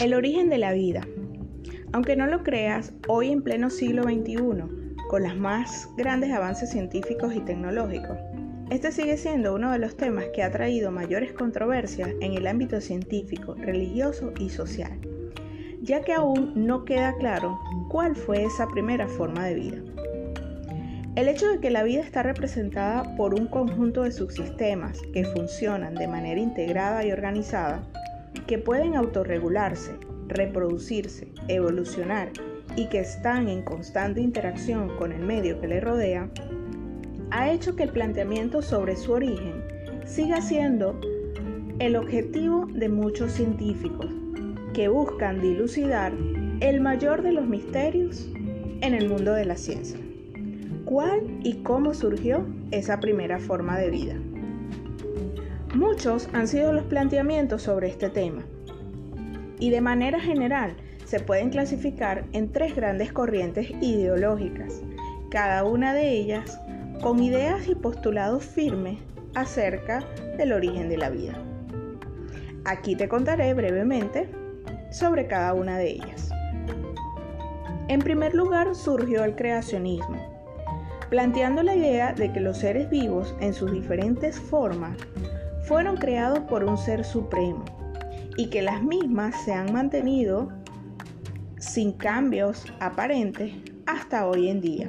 El origen de la vida. Aunque no lo creas, hoy en pleno siglo XXI, con los más grandes avances científicos y tecnológicos, este sigue siendo uno de los temas que ha traído mayores controversias en el ámbito científico, religioso y social, ya que aún no queda claro cuál fue esa primera forma de vida. El hecho de que la vida está representada por un conjunto de subsistemas que funcionan de manera integrada y organizada, que pueden autorregularse, reproducirse, evolucionar y que están en constante interacción con el medio que le rodea, ha hecho que el planteamiento sobre su origen siga siendo el objetivo de muchos científicos que buscan dilucidar el mayor de los misterios en el mundo de la ciencia. ¿Cuál y cómo surgió esa primera forma de vida? Muchos han sido los planteamientos sobre este tema, y de manera general se pueden clasificar en tres grandes corrientes ideológicas, cada una de ellas con ideas y postulados firmes acerca del origen de la vida. Aquí te contaré brevemente sobre cada una de ellas. En primer lugar surgió el creacionismo, planteando la idea de que los seres vivos en sus diferentes formas fueron creados por un ser supremo y que las mismas se han mantenido sin cambios aparentes hasta hoy en día.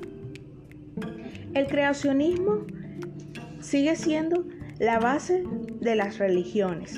El creacionismo sigue siendo la base de las religiones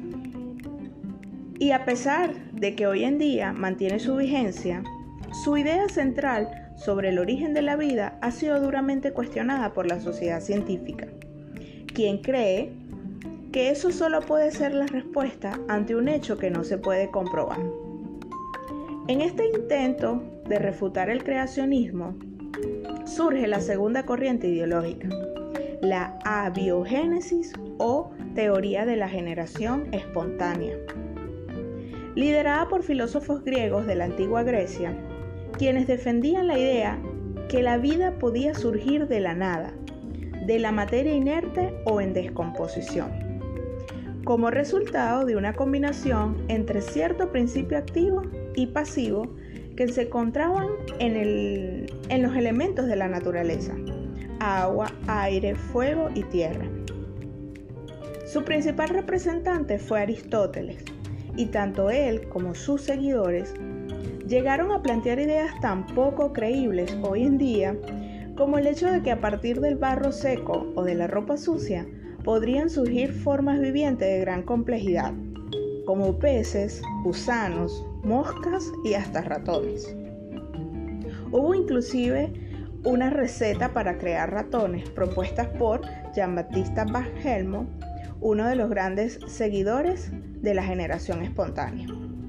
y a pesar de que hoy en día mantiene su vigencia, su idea central sobre el origen de la vida ha sido duramente cuestionada por la sociedad científica, quien cree que eso solo puede ser la respuesta ante un hecho que no se puede comprobar. En este intento de refutar el creacionismo, surge la segunda corriente ideológica, la abiogénesis o teoría de la generación espontánea, liderada por filósofos griegos de la antigua Grecia, quienes defendían la idea que la vida podía surgir de la nada, de la materia inerte o en descomposición, como resultado de una combinación entre cierto principio activo y pasivo que se encontraban en los elementos de la naturaleza: agua, aire, fuego y tierra. Su principal representante fue Aristóteles, y tanto él como sus seguidores llegaron a plantear ideas tan poco creíbles hoy en día como el hecho de que a partir del barro seco o de la ropa sucia podrían surgir formas vivientes de gran complejidad, como peces, gusanos, moscas y hasta ratones. Hubo inclusive una receta para crear ratones propuesta por Jean-Baptiste Van Helmont, uno de los grandes seguidores de la generación espontánea.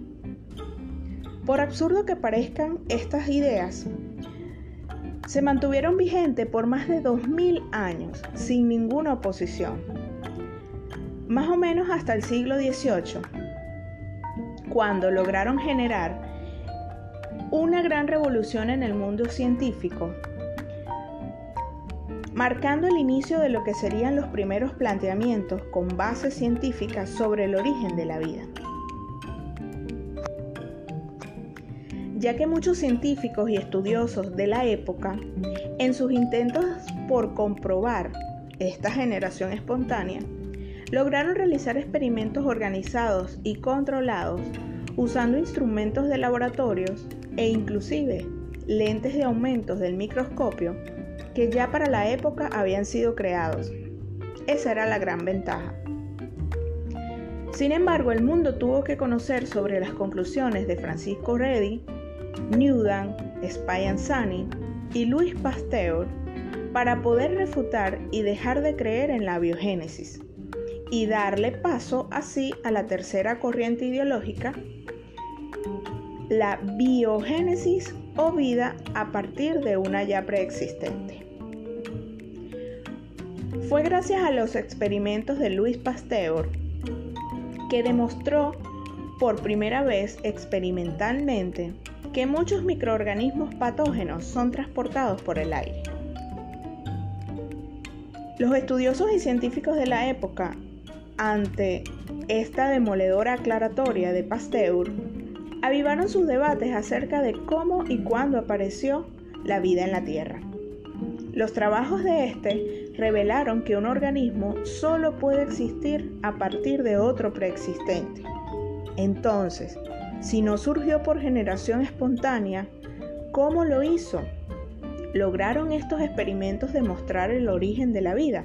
Por absurdo que parezcan, estas ideas se mantuvieron vigentes por más de 2000 años sin ninguna oposición, más o menos hasta el siglo XVIII, cuando lograron generar una gran revolución en el mundo científico, marcando el inicio de lo que serían los primeros planteamientos con bases científicas sobre el origen de la vida. Ya que muchos científicos y estudiosos de la época, en sus intentos por comprobar esta generación espontánea, lograron realizar experimentos organizados y controlados usando instrumentos de laboratorios e inclusive lentes de aumentos del microscopio que ya para la época habían sido creados. Esa era la gran ventaja. Sin embargo, el mundo tuvo que conocer sobre las conclusiones de Francisco Redi, Newton, Spallanzani y Louis Pasteur para poder refutar y dejar de creer en la biogénesis y darle paso así a la tercera corriente ideológica, la biogénesis o vida a partir de una ya preexistente. Fue gracias a los experimentos de Louis Pasteur que demostró por primera vez experimentalmente que muchos microorganismos patógenos son transportados por el aire. Los estudiosos y científicos de la época ante esta demoledora aclaratoria de Pasteur, avivaron sus debates acerca de cómo y cuándo apareció la vida en la Tierra. Los trabajos de este revelaron que un organismo solo puede existir a partir de otro preexistente. Entonces, si no surgió por generación espontánea, ¿cómo lo hizo? ¿Lograron estos experimentos demostrar el origen de la vida?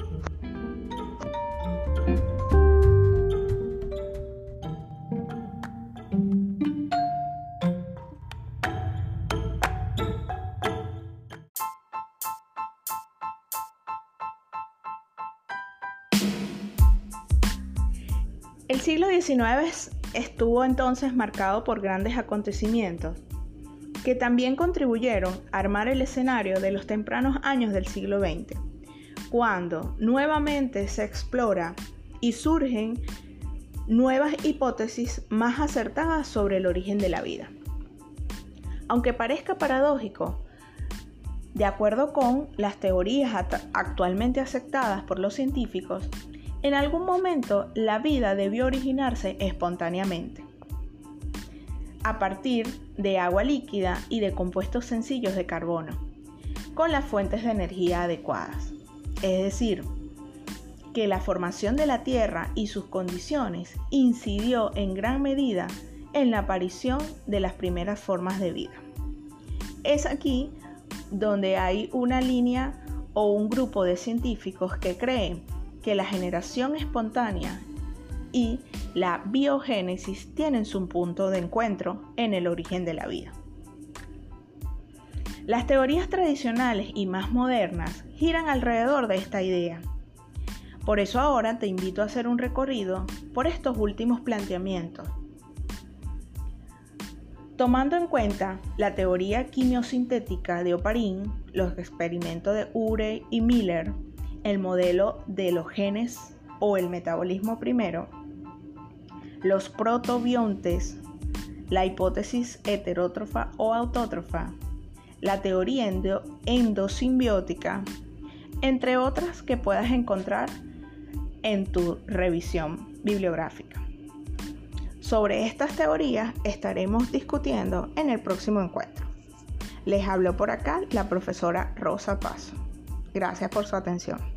El siglo XIX estuvo entonces marcado por grandes acontecimientos que también contribuyeron a armar el escenario de los tempranos años del siglo XX, cuando nuevamente se explora y surgen nuevas hipótesis más acertadas sobre el origen de la vida. Aunque parezca paradójico, de acuerdo con las teorías actualmente aceptadas por los científicos, en algún momento la vida debió originarse espontáneamente, a partir de agua líquida y de compuestos sencillos de carbono, con las fuentes de energía adecuadas. Es decir, que la formación de la Tierra y sus condiciones incidió en gran medida en la aparición de las primeras formas de vida. Es aquí donde hay una línea o un grupo de científicos que creen que la generación espontánea y la biogénesis tienen su punto de encuentro en el origen de la vida. Las teorías tradicionales y más modernas giran alrededor de esta idea. Por eso ahora te invito a hacer un recorrido por estos últimos planteamientos. Tomando en cuenta la teoría quimiosintética de Oparin, los experimentos de Urey y Miller, el modelo de los genes o el metabolismo primero, los protobiontes, la hipótesis heterótrofa o autótrofa, la teoría endosimbiótica, entre otras que puedas encontrar en tu revisión bibliográfica. Sobre estas teorías estaremos discutiendo en el próximo encuentro. Les habló por acá la profesora Rosa Paso. Gracias por su atención.